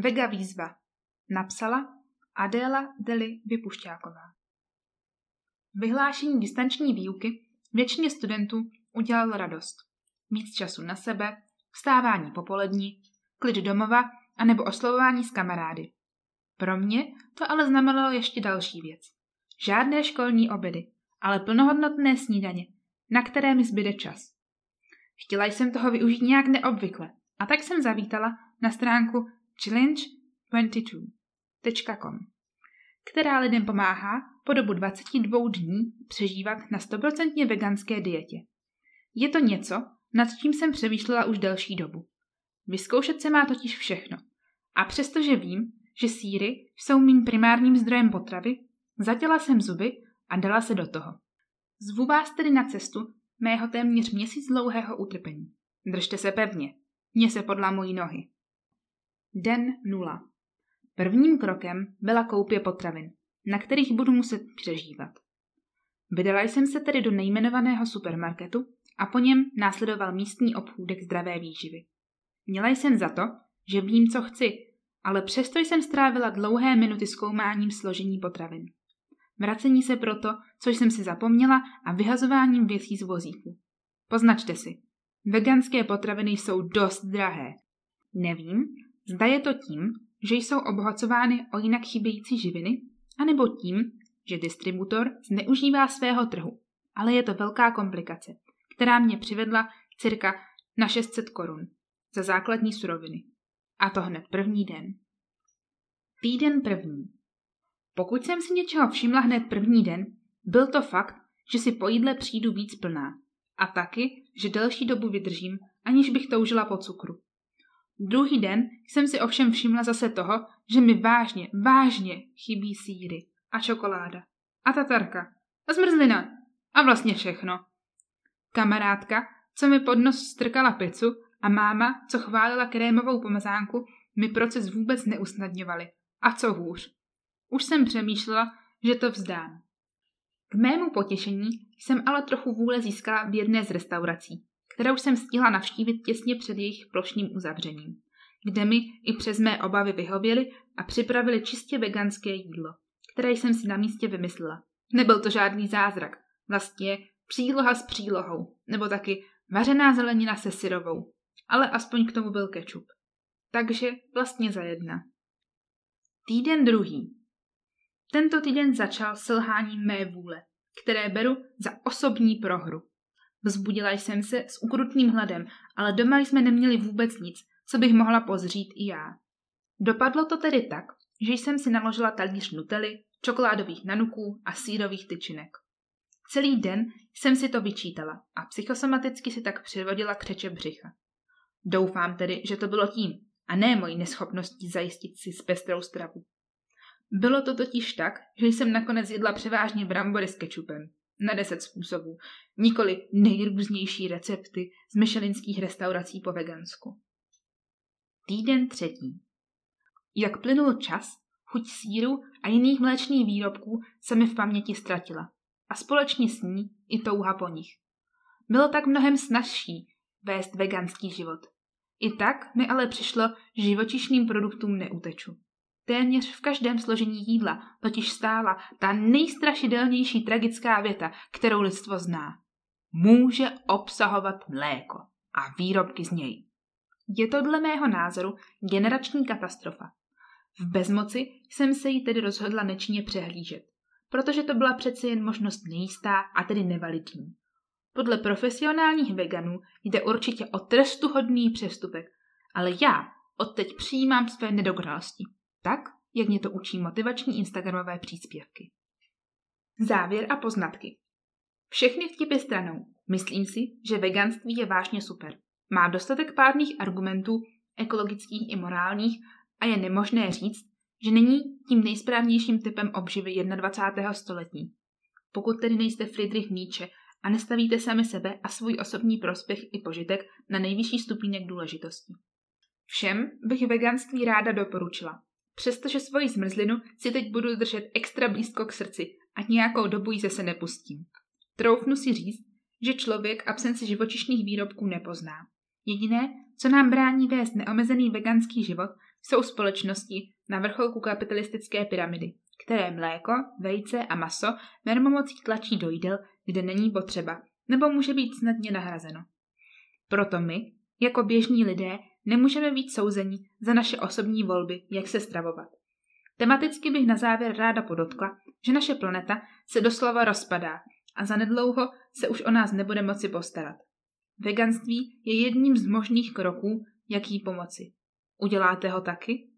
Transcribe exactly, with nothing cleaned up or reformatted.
Vega výzva. Napsala Adéla Deli Vypušťáková. Vyhlášení distanční výuky většině studentů udělalo radost. Víc času na sebe, vstávání popolední, klid domova anebo oslovování s kamarády. Pro mě to ale znamenalo ještě další věc. Žádné školní obědy, ale plnohodnotné snídaně, na které mi zbyde čas. Chtěla jsem toho využít nějak neobvykle a tak jsem zavítala na stránku challenge dvacet dva tečka com, která lidem pomáhá po dobu dvacet dva dní přežívat na sto procent veganské dietě. Je to něco, nad čím jsem přemýšlela už delší dobu. Vyzkoušet se má totiž všechno. A přestože vím, že sýry jsou mým primárním zdrojem potravy, zatěla jsem zuby a dala se do toho. Zvu vás tedy na cestu mého téměř měsíc dlouhého utrpení. Držte se pevně, mně se podlamují nohy. Den nula. Prvním krokem byla koupě potravin, na kterých budu muset přežívat. Vydala jsem se tedy do nejmenovaného supermarketu a po něm následoval místní obchůdek zdravé výživy. Měla jsem za to, že vím, co chci, ale přesto jsem strávila dlouhé minuty zkoumáním složení potravin. Vracení se proto, co jsem si zapomněla, a vyhazováním věcí z vozíku. Poznačte si, veganské potraviny jsou dost drahé. Nevím, zda je to tím, že jsou obohacovány o jinak chybějící živiny, anebo tím, že distributor zneužívá svého trhu, ale je to velká komplikace, která mě přivedla cirka na šest set korun za základní suroviny. A to hned první den. Týden první. Pokud jsem si něčeho všimla hned první den, byl to fakt, že si po jídle přijdu víc plná. A taky, že delší dobu vydržím, aniž bych toužila po cukru. Druhý den jsem si ovšem všimla zase toho, že mi vážně, vážně chybí sýry a čokoláda a tatarka a zmrzlina a vlastně všechno. Kamarádka, co mi pod nos strkala pizzu, a máma, co chválila krémovou pomazánku, mi proces vůbec neusnadňovaly. A co hůř. Už jsem přemýšlela, že to vzdám. K mému potěšení jsem ale trochu vůle získala v jedné z restaurací, kterou jsem stihla navštívit těsně před jejich plošným uzavřením, kde mi i přes mé obavy vyhověli a připravili čistě veganské jídlo, které jsem si na místě vymyslela. Nebyl to žádný zázrak, vlastně příloha s přílohou, nebo taky vařená zelenina se syrovou, ale aspoň k tomu byl kečup. Takže vlastně za jedna. Týden druhý. Tento týden začal selháním mé vůle, které beru za osobní prohru. Vzbudila jsem se s ukrutným hladem, ale doma jsme neměli vůbec nic, co bych mohla pozřít i já. Dopadlo to tedy tak, že jsem si naložila talíř nutely, čokoládových nanuků a sýrových tyčinek. Celý den jsem si to vyčítala a psychosomaticky si tak přivodila křeče břicha. Doufám tedy, že to bylo tím, a ne mojí neschopností zajistit si pestrou stravu. Bylo to totiž tak, že jsem nakonec jedla převážně brambory s kečupem. Na deset způsobů, nikoli nejrůznější recepty z michelinských restaurací po vegansku. Týden třetí. Jak plynul čas, chuť sýru a jiných mléčných výrobků se mi v paměti ztratila a společně s ní i touha po nich. Bylo tak mnohem snazší vést veganský život. I tak mi ale přišlo, že živočišným produktům neuteču. Téměř v každém složení jídla totiž stála ta nejstrašidelnější tragická věta, kterou lidstvo zná. Může obsahovat mléko a výrobky z něj. Je to dle mého názoru generační katastrofa. V bezmoci jsem se jí tedy rozhodla nečinně přehlížet, protože to byla přece jen možnost nejistá a tedy nevalidní. Podle profesionálních veganů jde určitě o trestuhodný přestupek, ale já odteď přijímám své nedokonalosti. Tak, jak mě to učí motivační instagramové příspěvky. Závěr a poznatky. Všechny vtipy stranou. Myslím si, že veganství je vážně super. Má dostatek pádných argumentů, ekologických i morálních, a je nemožné říct, že není tím nejsprávnějším typem obživy dvacátého prvního století. Pokud tedy nejste Friedrich Nietzsche a nestavíte sami sebe a svůj osobní prospěch i požitek na nejvyšší stupínek důležitosti. Všem bych veganství ráda doporučila. Přestože svoji zmrzlinu si teď budu držet extra blízko k srdci a nějakou dobu ji zase nepustím. Troufnu si říct, že člověk absenci živočišných výrobků nepozná. Jediné, co nám brání vést neomezený veganský život, jsou společnosti na vrcholku kapitalistické pyramidy, které mléko, vejce a maso mermomocí tlačí do jídel, kde není potřeba, nebo může být snadně nahrazeno. Proto my, jako běžní lidé, nemůžeme být souzeni za naše osobní volby, jak se stravovat. Tematicky bych na závěr ráda podotkla, že naše planeta se doslova rozpadá a zanedlouho se už o nás nebude moci postarat. Veganství je jedním z možných kroků, jak jí pomoci. Uděláte ho taky?